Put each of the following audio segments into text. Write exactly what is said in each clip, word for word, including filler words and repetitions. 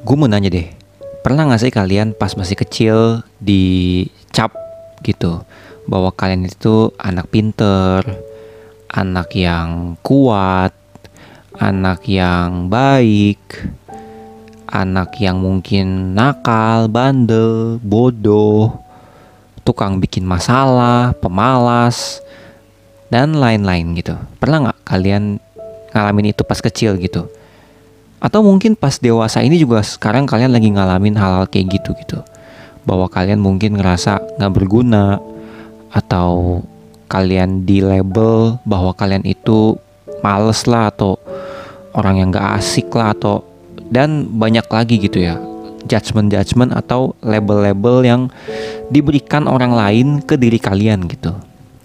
Gue mau nanya deh, pernah gak sih kalian pas masih kecil dicap gitu bahwa kalian itu anak pinter, anak yang kuat, anak yang baik, anak yang mungkin nakal, bandel, bodoh, tukang bikin masalah, pemalas, dan lain-lain gitu. Pernah gak kalian ngalamin itu pas kecil gitu? Atau mungkin pas dewasa ini juga sekarang kalian lagi ngalamin hal-hal kayak gitu gitu, bahwa kalian mungkin ngerasa gak berguna, atau kalian di label bahwa kalian itu males lah, atau orang yang gak asik lah, atau dan banyak lagi gitu ya, judgement-judgement atau label-label yang diberikan orang lain ke diri kalian gitu.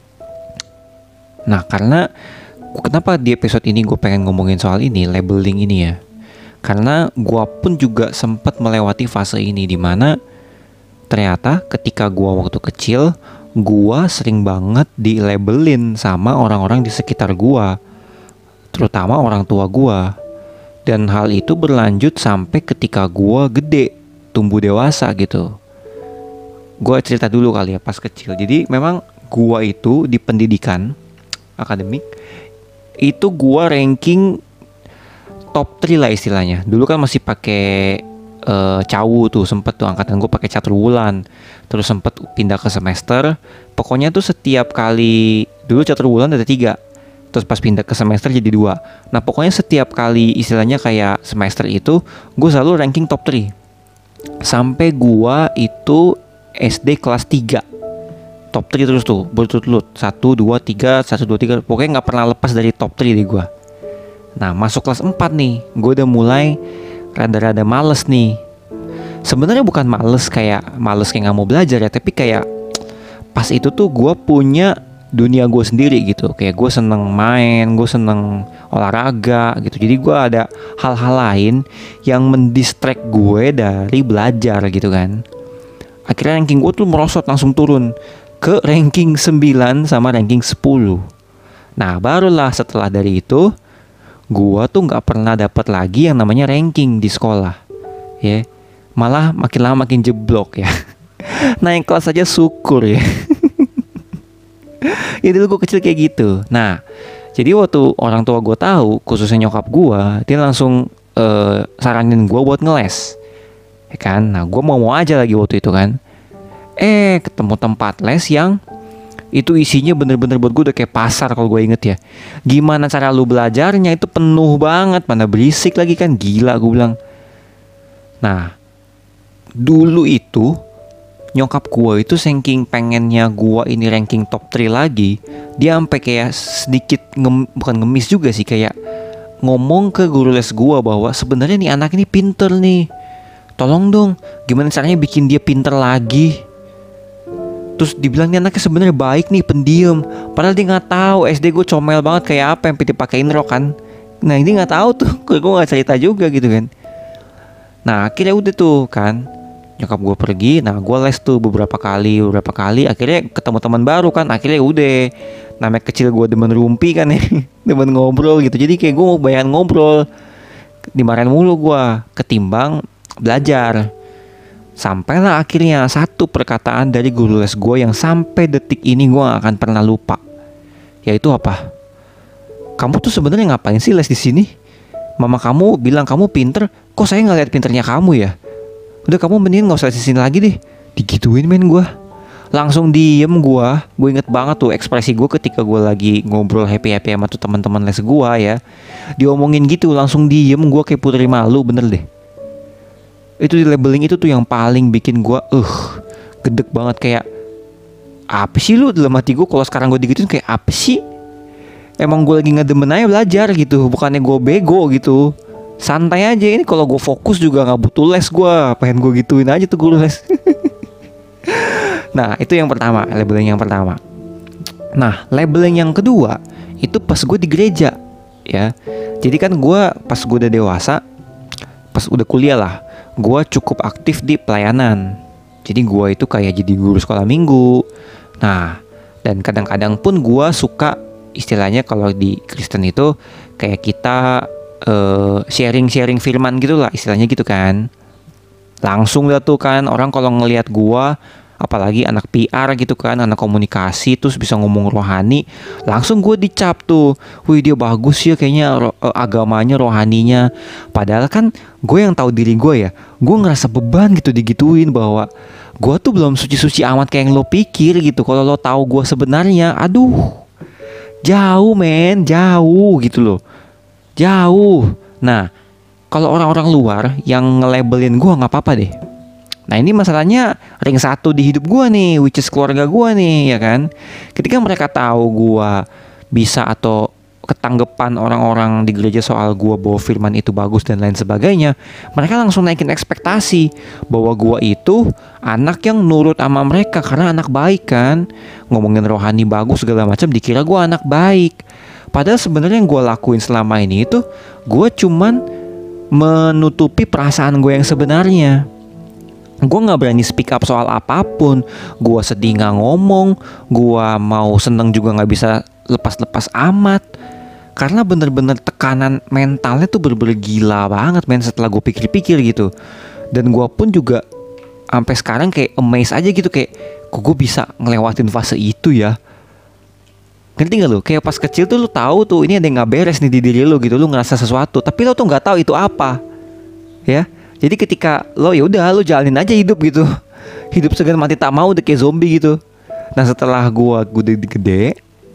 Nah, karena kenapa di episode ini gue pengen ngomongin soal ini, labeling ini ya, karena gue pun juga sempat melewati fase ini, dimana ternyata ketika gue waktu kecil, gue sering banget di-labelin sama orang-orang di sekitar gue, terutama orang tua gue. Dan hal itu berlanjut sampai ketika gue gede, tumbuh dewasa gitu. Gue cerita dulu kali ya pas kecil. Jadi memang gue itu di pendidikan akademik itu gue ranking top tiga lah istilahnya. Dulu kan masih pakai uh, cawu tuh, sempet tuh angkatan gue pakai catur bulan. Terus sempet pindah ke semester. Pokoknya tuh setiap kali, dulu catur bulan ada tiga, terus pas pindah ke semester jadi dua. Nah pokoknya setiap kali istilahnya kayak semester itu, gue selalu ranking top tiga. Sampai gue itu S D kelas tiga top tiga terus tuh, berturut-turut satu, dua, tiga, satu, dua, tiga. Pokoknya gak pernah lepas dari top tiga di gue. Nah masuk kelas empat nih, gue udah mulai rada-rada males nih. Sebenarnya bukan males kayak males kayak gak mau belajar ya, tapi kayak pas itu tuh gue punya dunia gue sendiri gitu. Kayak gue seneng main, gue seneng olahraga gitu. Jadi gue ada hal-hal lain yang mendistract gue dari belajar gitu kan. Akhirnya ranking gue tuh merosot, langsung turun ke ranking sembilan sama ranking sepuluh. Nah barulah setelah dari itu gue tuh gak pernah dapat lagi yang namanya ranking di sekolah ya. Malah makin lama makin jeblok ya. Naik kelas aja syukur ya. Ya dulu gue kecil kayak gitu. Nah jadi waktu orang tua gue tahu, khususnya nyokap gue, dia langsung uh, saranin gue buat ngeles ya kan. Nah gue mau-mau aja lagi waktu itu kan. Eh ketemu tempat les yang itu isinya bener-bener buat gue udah kayak pasar kalau gue inget ya. Gimana cara lu belajarnya, itu penuh banget, mana berisik lagi kan, gila gue bilang. Nah dulu itu nyokap gue itu saking pengennya gue ini ranking top tiga lagi, dia sampai kayak sedikit ngem, bukan ngemis juga sih, kayak ngomong ke guru les gue bahwa sebenarnya nih anak ini pinter nih, tolong dong gimana caranya bikin dia pinter lagi. Terus dibilang nih anaknya sebenarnya baik nih, pendiam. Padahal dia nggak tahu S D gue comel banget kayak apa yang dipakein rok kan. Nah ini nggak tahu tuh, gue nggak cerita juga gitu kan. Nah akhirnya udah tuh kan, nyokap gue pergi. Nah gue les tuh beberapa kali, beberapa kali. Akhirnya ketemu teman baru kan. Akhirnya udah, namanya kecil gue demen rumpi kan ya, demen ngobrol gitu. Jadi kayak gue mau banyak ngobrol, dimarahin mulu gue ketimbang belajar. Sampailah akhirnya satu perkataan dari guru les gue yang sampai detik ini gue gak akan pernah lupa. Yaitu apa? Kamu tuh sebenarnya ngapain sih les di sini? Mama kamu bilang kamu pinter, kok saya nggak lihat pinternya kamu ya? Udah kamu mendingan nggak usah les di sini lagi deh. Digituin men gue. Langsung diem gue. Gue inget banget tuh ekspresi gue ketika gue lagi ngobrol happy happy sama tuh teman-teman les gue ya. Diomongin gitu langsung diem gue kayak putri malu bener deh. Itu di labeling itu tuh yang paling bikin gue uh gedek banget, kayak apa sih lu, dalam hati gue kalau sekarang gue digituin kayak apa sih, emang gue lagi ngedemen aja belajar gitu, bukannya gue bego gitu, santai aja. Ini kalau gue fokus juga nggak butuh les, gue pengen gue gituin aja tuh guru les. Nah itu yang pertama, labeling yang pertama. Nah labeling yang kedua itu pas gue di gereja ya. Jadi kan gue pas gue udah dewasa, pas udah kuliah lah, gue cukup aktif di pelayanan. Jadi gue itu kayak jadi guru sekolah minggu. Nah dan kadang-kadang pun gue suka, istilahnya kalau di Kristen itu kayak kita uh, sharing-sharing firman gitu lah istilahnya gitu kan. Langsung dah tuh kan orang kalau ngelihat gua, apalagi anak P R gitu kan, anak komunikasi terus bisa ngomong rohani, langsung gue dicap tuh, wih dia bagus ya kayaknya ro- eh, agamanya, rohaninya. Padahal kan gue yang tahu diri gue ya, gue ngerasa beban gitu digituin bahwa gue tuh belum suci-suci amat kayak yang lo pikir gitu. Kalau lo tahu gue sebenarnya, aduh, jauh men, jauh gitu loh, jauh. Nah, kalau orang-orang luar yang nge-labelin gue nggak apa-apa deh. Nah ini masalahnya ring satu di hidup gue nih, which is keluarga gue nih, ya kan. Ketika mereka tahu gue bisa atau ketanggepan orang-orang di gereja soal gue bahwa firman itu bagus dan lain sebagainya, mereka langsung naikin ekspektasi bahwa gue itu anak yang nurut sama mereka karena anak baik kan. Ngomongin rohani bagus segala macam, dikira gue anak baik. Padahal sebenarnya yang gue lakuin selama ini itu gue cuman menutupi perasaan gue yang sebenarnya. Gue gak berani speak up soal apapun. Gue sedih gak ngomong, gue mau seneng juga gak bisa lepas-lepas amat. Karena bener-bener tekanan mentalnya tuh bener-bener gila banget men, setelah gue pikir-pikir gitu. Dan gue pun juga sampai sekarang kayak amazed aja gitu, kayak kok gue bisa ngelewatin fase itu ya. Ngerti gak lu? Kayak pas kecil tuh lu tahu tuh ini ada yang gak beres nih di diri lu gitu, lu ngerasa sesuatu, tapi lu tuh gak tahu itu apa. Ya. Jadi ketika lo ya udah lo jalanin aja hidup gitu. Hidup segan mati tak mau, udah kayak zombie gitu. Nah setelah gua gede gede,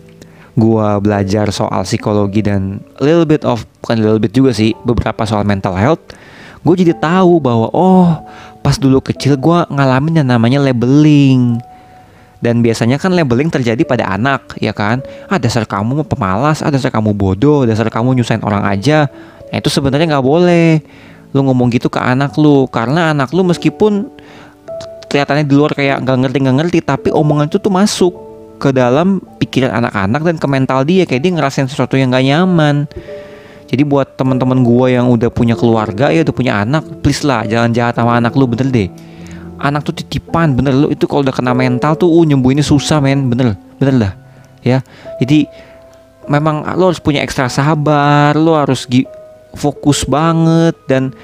gua belajar soal psikologi dan a little bit of, bukan little bit juga sih, beberapa soal mental health. Gue jadi tahu bahwa oh pas dulu kecil gua ngalamin yang namanya labeling. Dan biasanya kan labeling terjadi pada anak, ya kan? Ah dasar kamu pemalas, ah dasar kamu bodoh, dasar kamu nyusahin orang aja. Nah itu sebenarnya nggak boleh lu ngomong gitu ke anak lu, karena anak lu meskipun kelihatannya di luar kayak nggak ngerti nggak ngerti, tapi omongan itu tuh masuk ke dalam pikiran anak-anak dan ke mental dia, kayak dia ngerasain sesuatu yang gak nyaman. Jadi buat teman-teman gua yang udah punya keluarga ya, udah punya anak, please lah jangan jahat sama anak lu, bener deh. Anak tuh titipan, bener lu itu kalau udah kena mental tuh uh, nyembuhinnya susah men, bener bener lah ya. Jadi memang lu harus punya ekstra sabar, lu harus gi- fokus banget, dan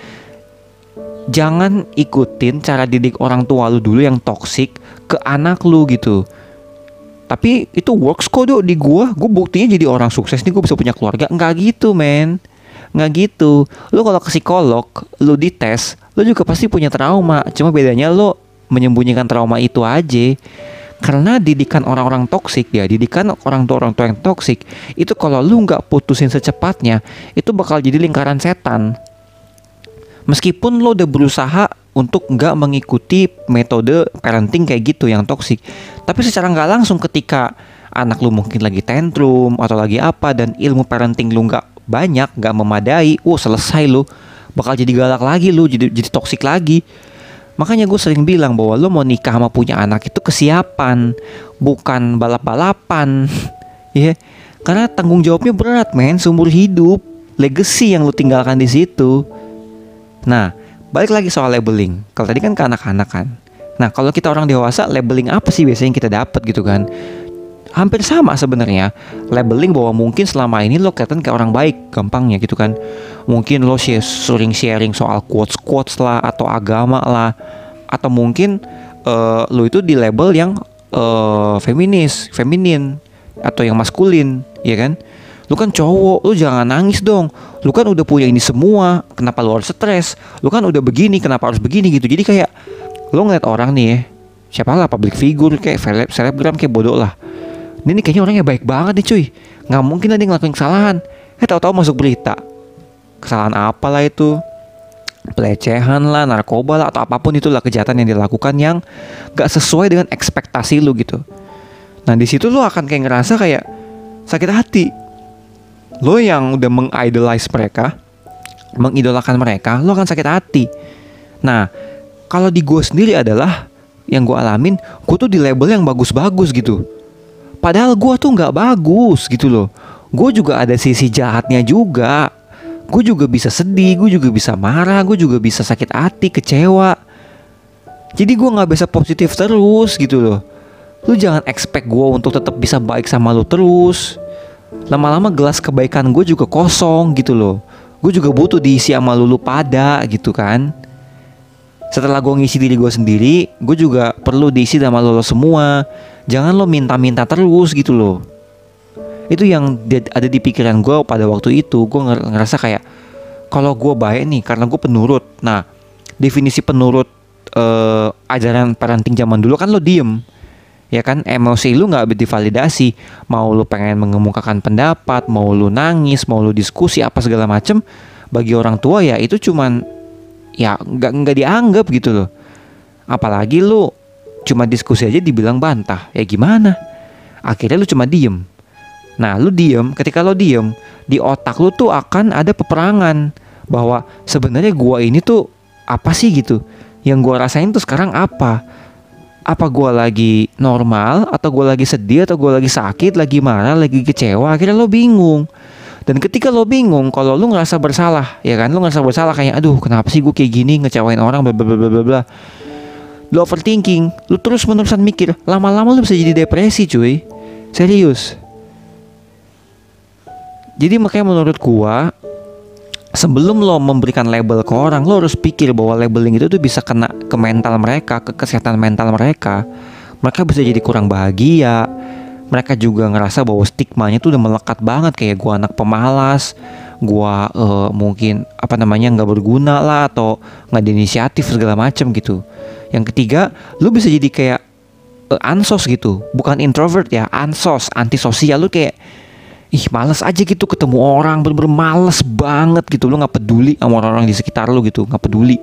jangan ikutin cara didik orang tua lu dulu yang toksik ke anak lu gitu. Tapi itu works kok do di gua, gua buktinya jadi orang sukses nih, gua bisa punya keluarga. Nggak gitu men, nggak gitu. Lu kalau ke psikolog, lu dites, lu juga pasti punya trauma. Cuma bedanya lu menyembunyikan trauma itu aja. Karena didikan orang-orang toksik ya, didikan orang tua orang tua yang toksik itu kalau lu nggak putusin secepatnya, itu bakal jadi lingkaran setan. Meskipun lo udah berusaha untuk nggak mengikuti metode parenting kayak gitu yang toksik, tapi secara nggak langsung ketika anak lu mungkin lagi tantrum atau lagi apa dan ilmu parenting lu nggak banyak, nggak memadai, uh selesai lu bakal jadi galak lagi, lu jadi jadi toksik lagi. Makanya gue sering bilang bahwa lo mau nikah sama punya anak itu kesiapan, bukan balap-balapan. Ya, yeah. Karena tanggung jawabnya berat men, seumur hidup, legacy yang lo tinggalkan di situ. Nah, balik lagi soal labeling. Kalau tadi kan ke anak-anak kan. Nah, kalau kita orang dewasa, labeling apa sih biasanya yang kita dapat gitu kan? Hampir sama sebenarnya. Labeling bahwa mungkin selama ini lo kelihatan kayak orang baik, gampangnya gitu kan. Mungkin lo share, sering sharing soal quotes-quotes lah, atau agama lah, atau mungkin uh, lo itu di label yang uh, feminis, feminin, atau yang maskulin, ya kan? Lo kan cowok, lo jangan nangis dong. Lo kan udah punya ini semua, kenapa lo harus stres? Lo kan udah begini, kenapa harus begini gitu. Jadi kayak lo ngeliat orang nih ya, siapa lah public figure kayak seleb, selebgram kayak bodoh lah. Ini nih kayaknya orangnya baik banget nih cuy, nggak mungkin lah dia ngelakuin kesalahan. Eh tahu-tahu masuk berita. Kesalahan apalah itu, pelecehan lah, narkoba lah, atau apapun itulah kejahatan yang dilakukan yang gak sesuai dengan ekspektasi lu gitu. Nah di situ lu akan kayak ngerasa kayak sakit hati. Lo yang udah mengidolize mereka, mengidolakan mereka, lo akan sakit hati. Nah kalau di gue sendiri adalah yang gue alamin, gue tuh di label yang bagus-bagus gitu. Padahal gue tuh gak bagus gitu loh. Gue juga ada sisi jahatnya juga. Gue juga bisa sedih, gue juga bisa marah, gue juga bisa sakit hati, kecewa. Jadi gue gak bisa positif terus gitu loh. Lu jangan expect gue untuk tetap bisa baik sama lu terus. Lama-lama gelas kebaikan gue juga kosong gitu loh. Gue juga butuh diisi sama lu, lu pada gitu kan. setelah gue ngisi diri gue sendiri, gue juga perlu diisi sama lo, lo semua. Jangan lo minta-minta terus gitu loh. Itu yang ada di pikiran gue pada waktu itu. Gue ngerasa kayak kalau gue baik nih karena gue penurut. Nah, definisi penurut uh, ajaran parenting zaman dulu kan lo diem, ya kan, emosi lu nggak divalidasi. Mau lu pengen mengemukakan pendapat, mau lu nangis, mau lu diskusi apa segala macem, bagi orang tua ya itu cuman ya nggak nggak dianggap gitu loh. Apalagi lu cuma diskusi aja dibilang bantah, ya gimana? Akhirnya lu cuma diem. Nah, lu diem, ketika lu diem, di otak lu tuh akan ada peperangan bahwa sebenarnya gua ini tuh apa sih gitu. Yang gua rasain tuh sekarang apa? Apa gua lagi normal, atau gua lagi sedih, atau gua lagi sakit, lagi marah, lagi kecewa. Akhirnya lo bingung. Dan ketika lo bingung, kalau lu ngerasa bersalah, ya kan, lu ngerasa bersalah kayak aduh kenapa sih gue kayak gini, ngecewain orang, bla bla bla bla bla. Lu overthinking, lu terus menerusan mikir, lama-lama lu bisa jadi depresi cuy. Serius. Jadi makanya menurut gua, sebelum lo memberikan label ke orang, lo harus pikir bahwa labeling itu tuh bisa kena ke mental mereka, ke kesehatan mental mereka. Mereka bisa jadi kurang bahagia. Mereka juga ngerasa bahwa stigmanya tuh udah melekat banget, kayak gua anak pemalas, gua uh, mungkin apa namanya nggak berguna lah, atau nggak ada inisiatif segala macem gitu. Yang ketiga, lo bisa jadi kayak uh, ansos gitu, bukan introvert ya, ansos, antisosial. Lo kayak ih males aja gitu ketemu orang, bener-bener males banget gitu. Lu gak peduli sama orang-orang di sekitar lu gitu, gak peduli.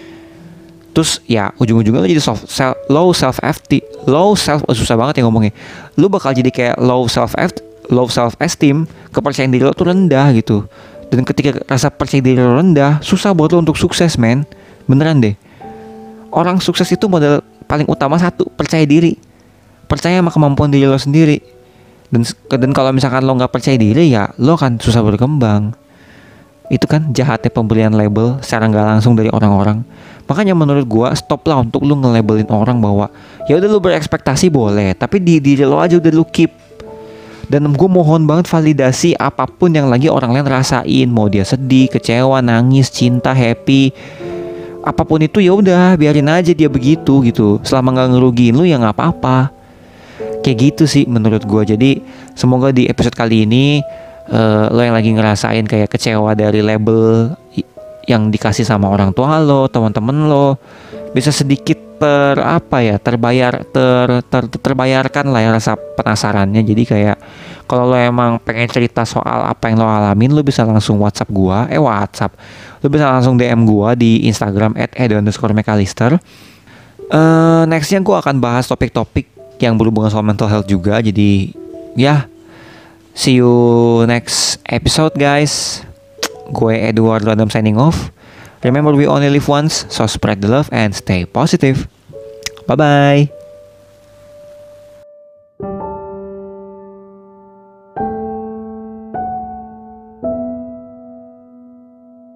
Terus ya ujung-ujungnya lu jadi soft, self, low self esteem, low self, oh, susah banget ya ngomongnya. Lu bakal jadi kayak low self low self esteem, kepercayaan diri lo tuh rendah gitu. Dan ketika rasa percaya diri lo rendah, susah buat lo untuk sukses, men. Beneran deh. Orang sukses itu modal paling utama satu, percaya diri. Percaya sama kemampuan diri lo sendiri. Dan, dan kalau misalkan lo nggak percaya diri, ya lo akan susah berkembang. Itu kan jahatnya pemberian label secara nggak langsung dari orang-orang. Makanya menurut gua stop lah untuk lo nge-labelin orang bahwa ya udah lo berekspektasi boleh, tapi di diri lo aja udah lo keep. Dan gue mohon banget validasi apapun yang lagi orang lain rasain, mau dia sedih, kecewa, nangis, cinta, happy, apapun itu ya udah biarin aja dia begitu gitu. Selama nggak ngerugiin lo ya nggak apa-apa. Kayak gitu sih menurut gue. Jadi semoga di episode kali ini uh, lo yang lagi ngerasain kayak kecewa dari label yang dikasih sama orang tua lo, teman-teman lo, bisa sedikit ter apa ya terbayar ter, ter terbayarkan lah ya rasa penasarannya. Jadi kayak kalau lo emang pengen cerita soal apa yang lo alamin, lo bisa langsung WhatsApp gua, eh WhatsApp, lo bisa langsung D M gua di Instagram at edo underscore mcallister. Uh, nextnya gua akan bahas topik-topik yang berhubungan soal mental health juga. Jadi ya, see you next episode guys. Gue Edward Adam signing off. Remember we only live once, so spread the love and stay positive. Bye bye.